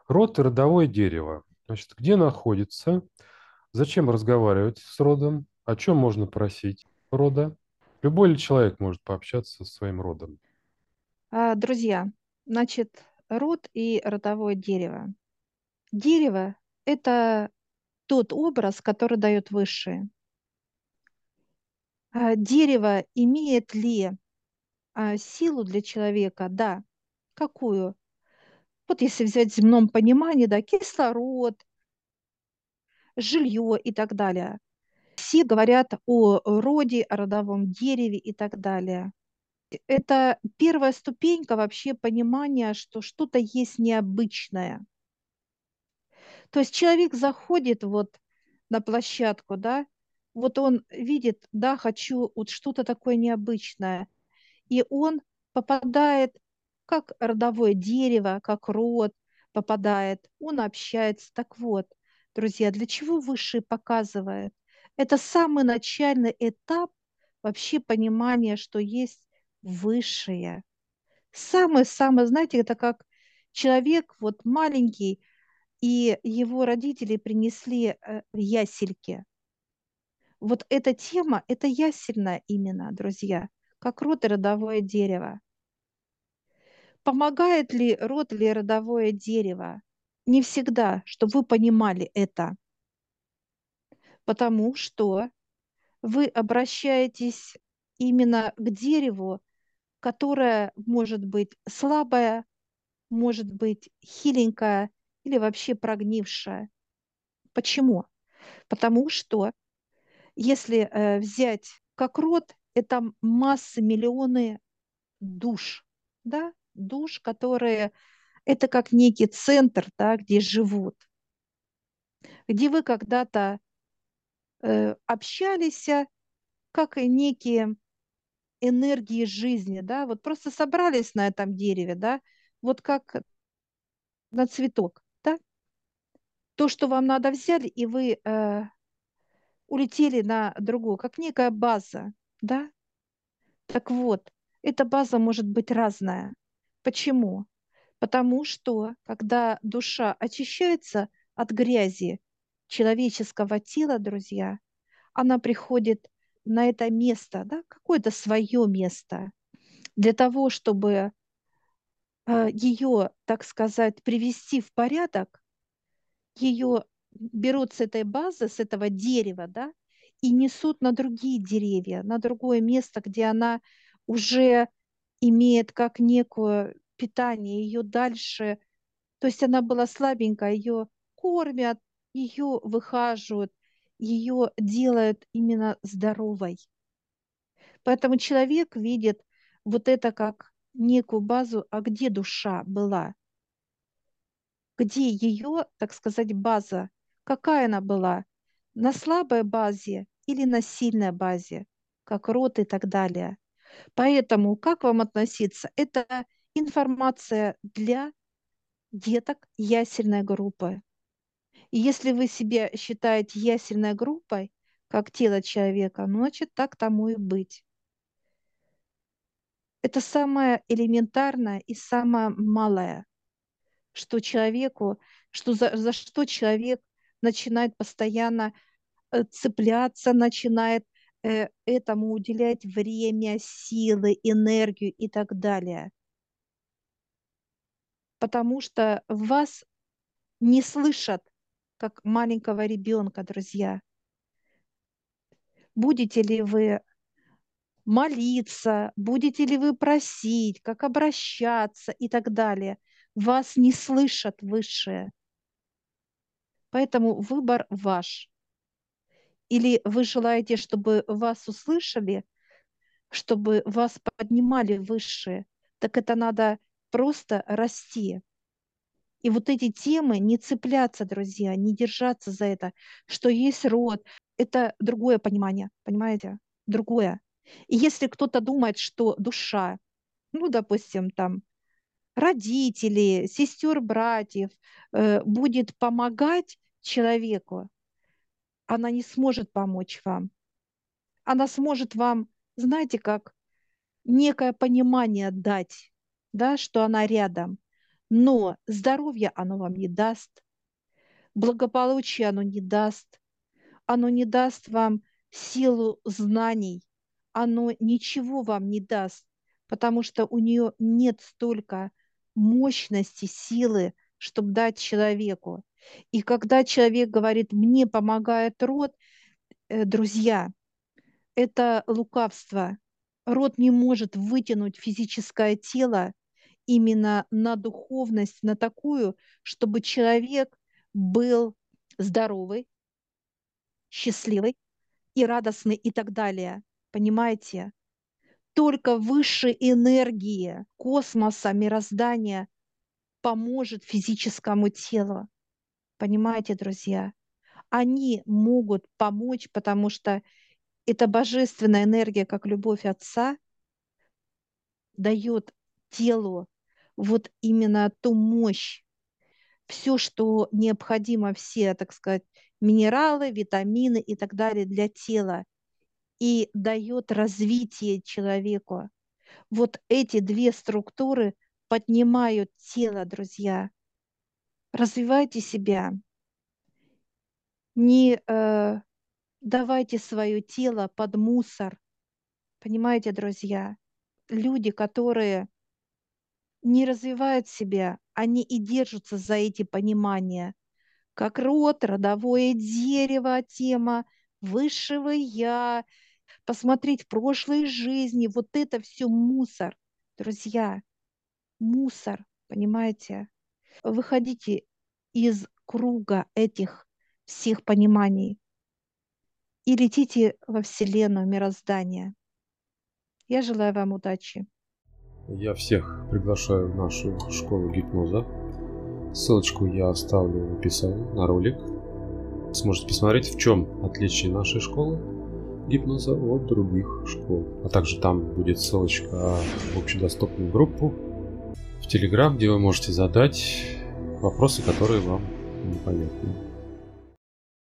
Род и родовое дерево. Значит, где находится? Зачем разговаривать с родом? О чем можно просить рода? Любой ли человек может пообщаться со своим родом? Друзья, значит, род и родовое дерево. Дерево– это тот образ, который дает высшее. Дерево имеет ли силу для человека? Да. Какую? Вот если взять в земном понимании, да, кислород, жилье и так далее. Все говорят о роде, о родовом дереве и так далее. Это первая ступенька вообще понимания, что что-то есть необычное. То есть человек заходит вот на площадку, да, вот он видит, да, хочу вот что-то такое необычное, и он попадает как родовое дерево, как род попадает, он общается. Так вот, друзья, для чего высший показывает? Это самый начальный этап вообще понимания, что есть высшее. Самый-самый, знаете, это как человек вот маленький, и его родители принесли ясельки. Вот эта тема, это ясельная именно, друзья, как род и родовое дерево. Помогает ли род или родовое дерево? Не всегда, чтобы вы понимали это, потому что вы обращаетесь именно к дереву, которое может быть слабое, может быть хиленькое или вообще прогнившее. Почему? Потому что если взять как род, это массы, миллионы душ, да, душ, которые это как некий центр, да, где живут, где вы когда-то общались, как и некие энергии жизни, да, вот просто собрались на этом дереве, да, вот как на цветок, да, то, что вам надо, взяли, и вы улетели на другую, как некая база, да. Так вот, эта база может быть разная. Почему? Потому что, когда душа очищается от грязи человеческого тела, друзья, она приходит на это место, да, какое-то свое место, для того, чтобы ее, так сказать, привести в порядок, ее берут с этой базы, с этого дерева, да, и несут на другие деревья, на другое место, где она уже имеет как некое питание, ее дальше, то есть она была слабенькая, ее кормят, ее выхаживают, ее делают именно здоровой. Поэтому человек видит вот это как некую базу, а где душа была, где ее, так сказать, база, какая она была, на слабой базе или на сильной базе, как род и так далее. Поэтому как вам относиться? Это информация для деток ясельной группы. И если вы себя считаете ясельной группой, как тело человека, ну, значит, так тому и быть. Это самое элементарное и самое малое, что человеку, что за что человек начинает постоянно цепляться, начинает этому уделять время, силы, энергию и так далее. Потому что вас не слышат, как маленького ребенка, друзья. Будете ли вы молиться, будете ли вы просить, как обращаться и так далее. Вас не слышат высшие. Поэтому выбор ваш. Или вы желаете, чтобы вас услышали, чтобы вас поднимали высшие, так это надо просто расти. И вот эти темы не цепляться, друзья, не держаться за это, что есть род, это другое понимание, понимаете? Другое. И если кто-то думает, что душа, ну, допустим, там, родителей, сестер, братьев, будет помогать человеку, она не сможет помочь вам. Она сможет вам, знаете, как некое понимание дать, да, что она рядом. Но здоровье оно вам не даст, благополучие оно не даст вам силу знаний, оно ничего вам не даст, потому что у нее нет столько мощности, силы, чтобы дать человеку. И когда человек говорит, мне помогает род, друзья, это лукавство. Род не может вытянуть физическое тело именно на духовность, на такую, чтобы человек был здоровый, счастливый и радостный и так далее. Понимаете? Только высшие энергии космоса, мироздания поможет физическому телу. Понимаете, друзья? Они могут помочь, потому что эта божественная энергия, как любовь Отца, дает телу вот именно ту мощь, все, что необходимо, все, так сказать, минералы, витамины и так далее для тела, и дает развитие человеку. Вот эти две структуры поднимают тело, друзья. Развивайте себя. Не давайте свое тело под мусор. Понимаете, друзья? Люди, которые не развивают себя, они и держатся за эти понимания. Как род, родовое дерево, тема высшего я, посмотреть прошлые жизни. Вот это все мусор, друзья, мусор, понимаете? Выходите из круга этих всех пониманий и летите во Вселенную, мироздание. Я желаю вам удачи. Я всех приглашаю в нашу школу гипноза. Ссылочку я оставлю в описании на ролик. Сможете посмотреть, в чем отличие нашей школы гипноза от других школ. А также там будет ссылочка в общедоступную группу в Telegram, где вы можете задать вопросы, которые вам непонятны.